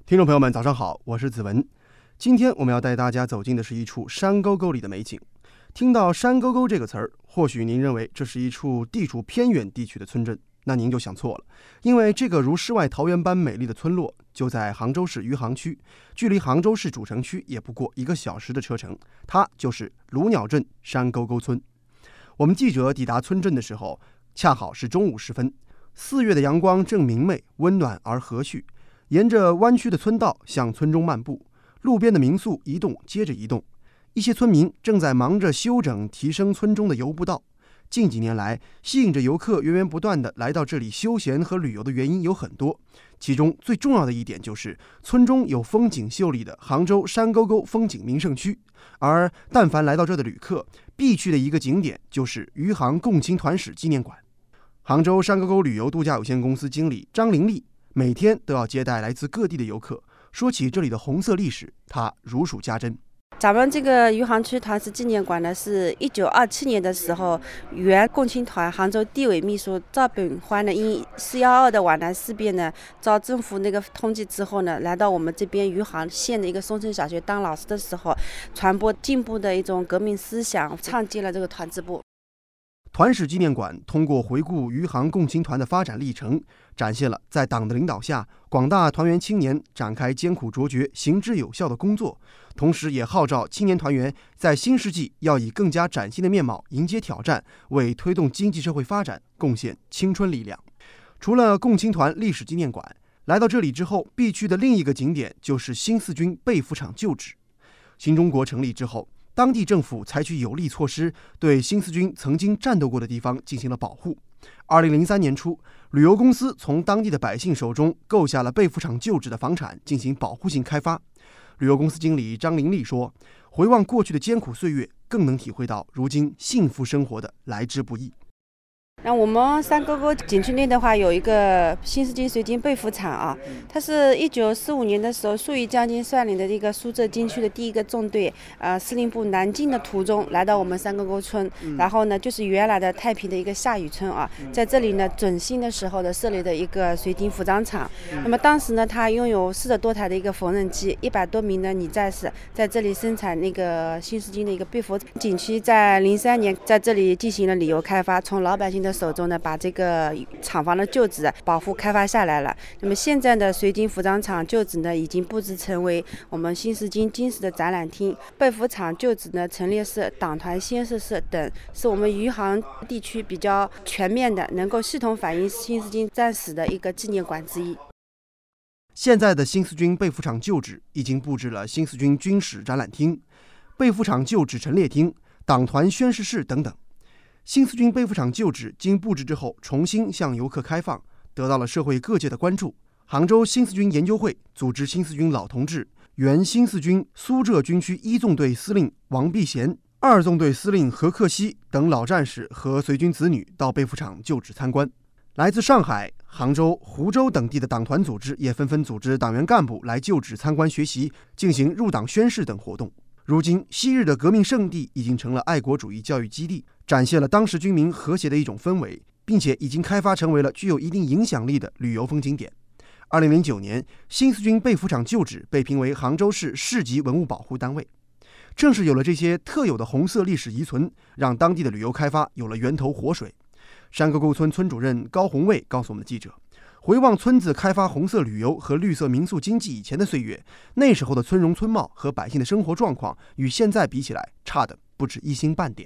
听众朋友们，早上好，我是子文。今天我们要带大家走进的是一处山沟沟里的美景。听到山沟沟这个词儿，或许您认为这是一处地处偏远地区的村镇，那您就想错了。因为这个如世外桃源般美丽的村落就在杭州市余杭区，距离杭州市主城区也不过1个小时的车程，它就是卢鸟镇山沟沟村。我们记者抵达村镇的时候，恰好是中午时分，4月的阳光正明媚、温暖而和煦。沿着弯曲的村道向村中漫步，路边的民宿一栋接着一栋，一些村民正在忙着修整提升村中的游步道。近几年来，吸引着游客源源不断地来到这里休闲和旅游的原因有很多，其中最重要的一点就是村中有风景秀丽的杭州山沟沟风景名胜区，而但凡来到这的旅客必去的一个景点就是余杭共青团史纪念馆。杭州山沟沟旅游度假有限公司经理张玲丽每天都要接待来自各地的游客，说起这里的红色历史，他如数家珍。 咱们这个余杭区团史纪念馆呢，是1927年的时候，原共青团杭州地委秘书赵本欢呢，因4.12的皖南事变呢，遭政府那个通缉之后呢，来到我们这边余杭县的一个松村小学当老师的时候，传播进步的一种革命思想，创建了这个团支部。 团史纪念馆通过回顾余杭共青团的发展历程，展现了在党的领导下，广大团员青年展开艰苦卓绝、行之有效的工作，同时也号召青年团员在新世纪要以更加崭新的面貌迎接挑战，为推动经济社会发展贡献青春力量。除了共青团历史纪念馆，来到这里之后必去的另一个景点就是新四军被俘场旧址。新中国成立之后，当地政府采取有力措施，对新四军曾经战斗过的地方进行了保护。2003年初，旅游公司从当地的百姓手中购下了被俘场旧址的房产进行保护性开发。旅游公司经理张玲丽说，回望过去的艰苦岁月，更能体会到如今幸福生活的来之不易。 那我们山沟沟景区内的话，有一个新四军随军被俘场啊，它是1945年的时候，粟裕将军率领的这个苏浙军区的第1个纵队，司令部南进的途中来到我们山沟沟村，然后呢，就是原来的太平的一个下雨村啊，在这里呢，准新的时候呢，设立的一个随军服装厂。那么当时呢，它拥有40多台的一个缝纫机，100多名的女战士在这里生产那个新四军的一个被俘。景区在03年在这里进行了旅游开发，从老百姓的手中呢，把这个厂房的旧址保护开发下来了。那么现在的随军服装厂旧址呢，已经布置成为我们新四军军事的展览厅。被俘场旧址呢，陈列室、党团宣誓室等，是我们余杭地区比较全面的，能够系统反映新四军战史的一个纪念馆之一。 现在的新四军被俘场旧址已经布置了新四军军史展览厅、被俘场旧址陈列厅、党团宣誓室等等。新四军被俘场旧址经布置之后重新向游客开放，得到了社会各界的关注。杭州新四军研究会组织新四军老同志、原新四军苏浙军区1纵队司令王必贤、2纵队司令何克西等老战士和随军子女到被俘场旧址参观。来自上海、杭州、湖州等地的党团组织也纷纷组织党员干部来旧址参观学习，进行入党宣誓等活动。如今，昔日的革命圣地已经成了爱国主义教育基地，展现了当时军民和谐的一种氛围，并且已经开发成为了具有一定影响力的旅游风景点。2009年，新四军被俘场旧址被评为杭州市市级文物保护单位。正是有了这些特有的红色历史遗存，让当地的旅游开发有了源头活水。山沟沟村村主任高宏卫告诉我们的记者，回望村子开发红色旅游和绿色民宿经济以前的岁月，那时候的村容村貌和百姓的生活状况与现在比起来，差的不止一星半点。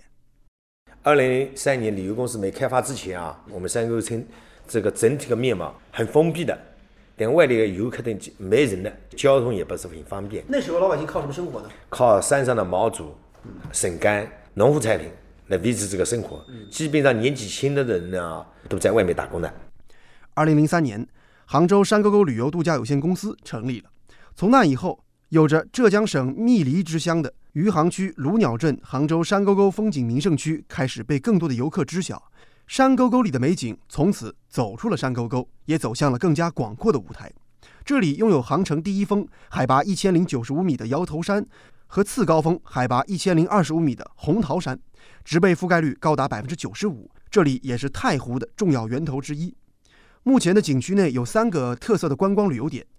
2003年旅游公司没开发之前啊，我们山沟村这个整体的面貌很封闭的，连外地的游客等没人的，交通也不是很方便。 那时候老百姓靠什么生活呢？ 靠山上的毛竹、笋干、农副产品来维持这个生活。基本上年纪轻的人呢，都在外面打工的。 2003年，杭州山沟沟旅游度假有限公司成立了。从那以后，有着浙江省密梨之乡的余杭区卢鸟镇杭州山沟沟风景名胜区开始被更多的游客知晓。山沟沟里的美景从此走出了山沟沟，也走向了更加广阔的舞台。这里拥有杭城第一峰海拔1095米的摇头山和次高峰海拔1025米的红桃山，植被覆盖率高达95%，这里也是太湖的重要源头之一。目前的景区内有3个特色的观光旅游点，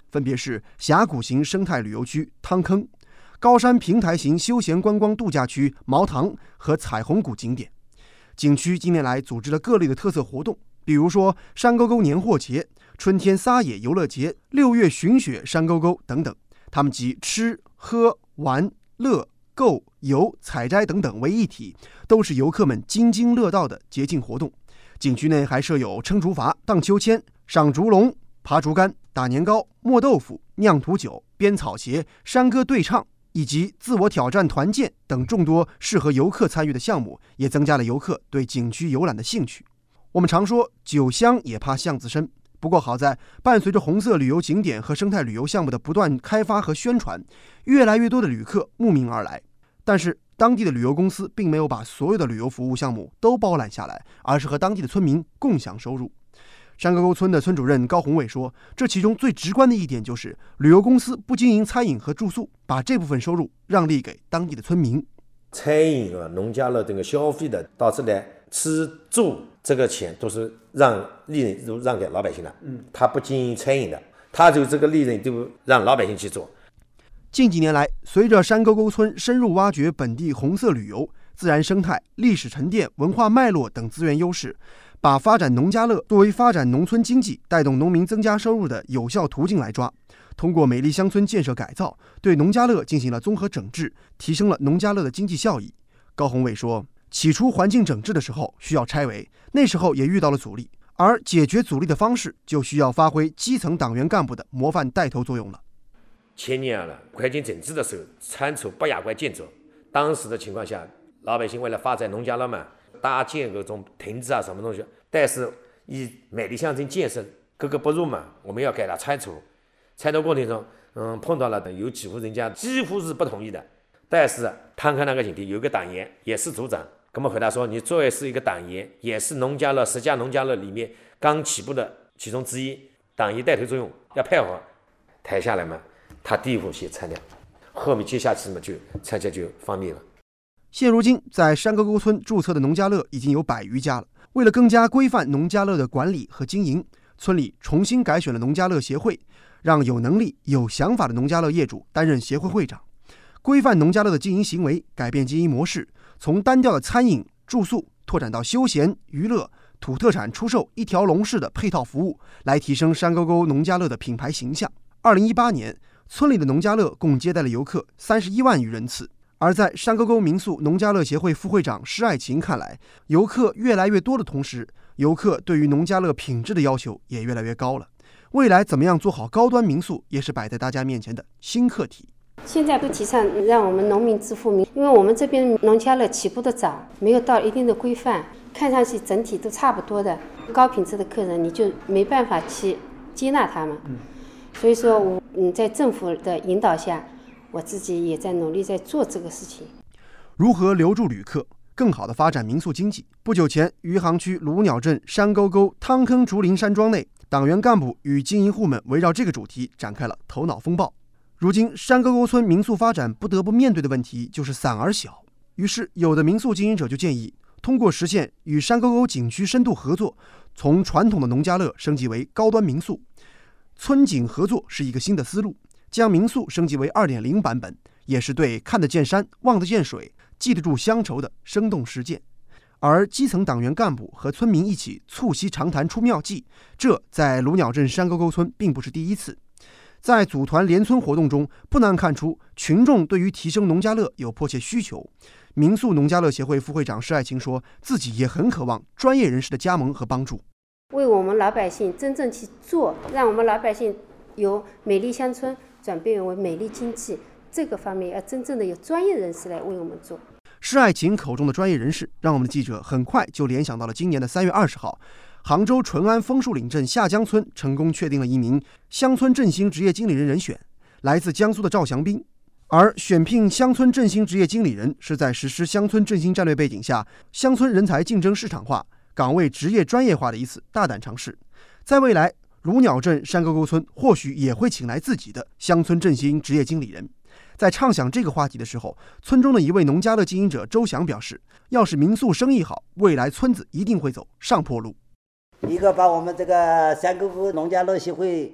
分别是峡谷型生态旅游区汤坑、高山平台型休闲观光度假区毛塘和彩虹谷景点。景区近年来组织了各类的特色活动，比如说山沟沟年货节、春天撒野游乐节、6月寻雪山沟沟等等。它们集吃、喝、玩、乐、购、游、采摘等等为一体，都是游客们津津乐道的节庆活动。景区内还设有撑竹筏、荡秋千、赏竹龙、爬竹竿、打年糕、磨豆腐、酿土酒、编草鞋、山歌对唱以及自我挑战团建等众多适合游客参与的项目，也增加了游客对景区游览的兴趣。我们常说酒香也怕巷子深，不过好在伴随着红色旅游景点和生态旅游项目的不断开发和宣传，越来越多的旅客慕名而来。但是当地的旅游公司并没有把所有的旅游服务项目都包揽下来，而是和当地的村民共享收入。山沟沟村的村主任高宏伟说，这其中最直观的一点就是旅游公司不经营餐饮和住宿，把这部分收入让利给当地的村民。 餐饮啊、农家乐这个消费的到这来吃住这个钱都是让利润都让给老百姓的，他不经营餐饮的，他就这个利润都让老百姓去做。 近几年来，随着山沟沟村深入挖掘本地红色旅游、自然生态、历史沉淀、文化脉络等资源优势，把发展农家乐作为发展农村经济、带动农民增加收入的有效途径来抓。通过美丽乡村建设改造，对农家乐进行了综合整治，提升了农家乐的经济效益。高宏伟说，起初环境整治的时候需要拆围，那时候也遇到了阻力，而解决阻力的方式就需要发挥基层党员干部的模范带头作用了。 前年了，环境整治的时候铲除不雅观建筑，当时的情况下，老百姓为了发展农家乐嘛，搭建各种亭子啊什么东西，但是以美丽乡村建设格格不入嘛，我们要给它拆除。拆除过程中，碰到了有几户人家几乎是不同意的，但是摊开那个景地有个党员也是组长，跟我回答说，你作为是一个党员，也是农家乐10家农家乐里面刚起步的其中之一，党员带头作用要配合。抬下来嘛，他第一步先拆掉，后面接下去嘛就拆掉就方便了。 现如今，在山沟沟村注册的农家乐已经有100余家了。为了更加规范农家乐的管理和经营，村里重新改选了农家乐协会，让有能力、有想法的农家乐业主担任协会会长，规范农家乐的经营行为，改变经营模式，从单调的餐饮、住宿拓展到休闲、娱乐、土特产出售一条龙式的配套服务，来提升山沟沟农家乐的品牌形象。2018年，村里的农家乐共接待了游客31万余人次。而在山沟沟民宿农家乐协会副会长施爱琴看来，游客越来越多的同时，游客对于农家乐品质的要求也越来越高了。未来怎么样做好高端民宿，也是摆在大家面前的新课题。 现在都提倡让我们农民自富民，因为我们这边农家乐起步的早，没有到一定的规范，看上去整体都差不多的高品质的客人，你就没办法去接纳他们。所以说我在政府的引导下，我自己也在努力在做这个事情。 如何留住旅客，更好地发展民宿经济？不久前，余杭区卢鸟镇山沟沟汤坑竹林山庄内，党员干部与经营户们围绕这个主题展开了头脑风暴。如今，山沟沟村民宿发展不得不面对的问题就是散而小。于是，有的民宿经营者就建议，通过实现与山沟沟景区深度合作，从传统的农家乐升级为高端民宿。村景合作是一个新的思路，将民宿升级为2.0版本，也是对看得见山、望得见水、记得住乡愁的生动实践。而基层党员干部和村民一起促膝长谈出妙计，这在卢鸟镇山沟沟村并不是第一次。在组团联村活动中，不难看出群众对于提升农家乐有迫切需求。民宿农家乐协会副会长施爱琴说，自己也很渴望专业人士的加盟和帮助， 为我们老百姓真正去做，让我们老百姓由美丽乡村转变为美丽经济，这个方面要真正的有专业人士来为我们做。 施爱琴口中的专业人士，让我们的记者很快就联想到了今年的3月20号，杭州淳安枫树岭镇下江村成功确定了一名乡村振兴职业经理人人选，来自江苏的赵祥斌。而选聘乡村振兴职业经理人，是在实施乡村振兴战略背景下，乡村人才竞争市场化、岗位职业专业化的一次大胆尝试。在未来，卢鸟镇山沟沟村或许也会请来自己的乡村振兴职业经理人。在畅想这个话题的时候，村中的一位农家乐经营者周翔表示，要是民宿生意好，未来村子一定会走上坡路。 一个把我们这个山沟沟农家乐协会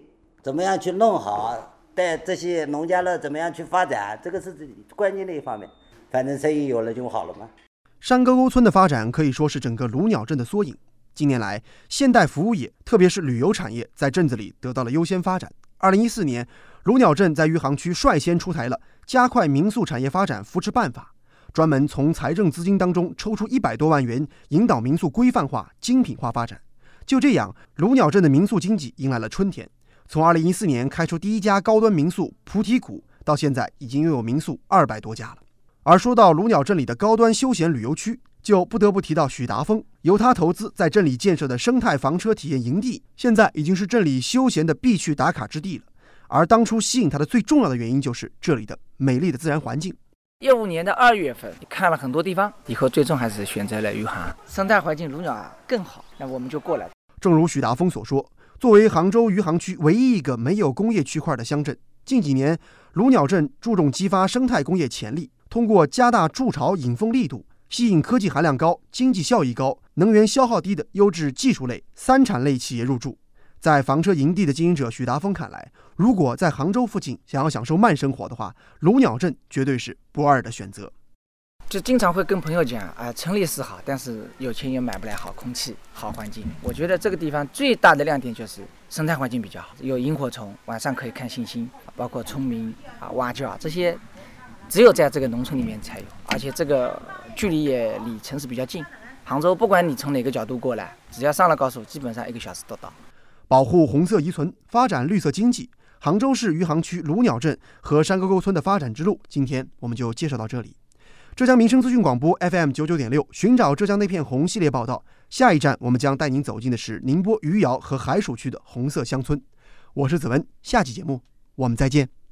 怎么样去弄好，带这些农家乐怎么样去发展，这个是关键的一方面。反正生意有了就好了嘛。 山沟沟村的发展可以说是整个卢鸟镇的缩影。近年来，现代服务业，特别是旅游产业，在镇子里得到了优先发展。2014年，卢鸟镇在余杭区率先出台了加快民宿产业发展扶持办法，专门从财政资金当中抽出100多万元，引导民宿规范化、精品化发展。就这样，卢鸟镇的民宿经济迎来了春天。从2014年开出第一家高端民宿菩提谷，到现在已经拥有民宿200多家了。而说到卢鸟镇里的高端休闲旅游区，就不得不提到许达峰。由他投资在镇里建设的生态房车体验营地，现在已经是镇里休闲的必去打卡之地了。而当初吸引他的最重要的原因，就是这里的美丽的自然环境。 15年的2月份看了很多地方，以后最终还是选择了余杭，生态环境卢鸟更好，那我们就过来。 正如许达峰所说，作为杭州余杭区唯一一个没有工业区块的乡镇，近几年卢鸟镇注重激发生态工业潜力，通过加大筑巢引凤力度，吸引科技含量高、经济效益高、能源消耗低的优质技术类、3产类企业入驻。在房车营地的经营者许达峰看来，如果在杭州附近想要享受慢生活的话，卢鸟镇绝对是不二的选择。 就经常会跟朋友讲城里是好，但是有钱也买不来好空气、好环境。我觉得这个地方最大的亮点就是生态环境比较好，有萤火虫，晚上可以看星星，包括虫鸣蛙叫，这些只有在这个农村里面才有，而且这个距离也离城市比较近。杭州不管你从哪个角度过来，只要上了高速，基本上1个小时都到。 保护红色遗存，发展绿色经济，杭州市余杭区卢鸟镇和山沟沟村的发展之路，今天我们就介绍到这里。浙江民生资讯广播 FM 99.6，寻找浙江那片红系列报道，下一站我们将带您走进的是宁波余姚和海曙区的红色乡村。我是子文，下期节目我们再见。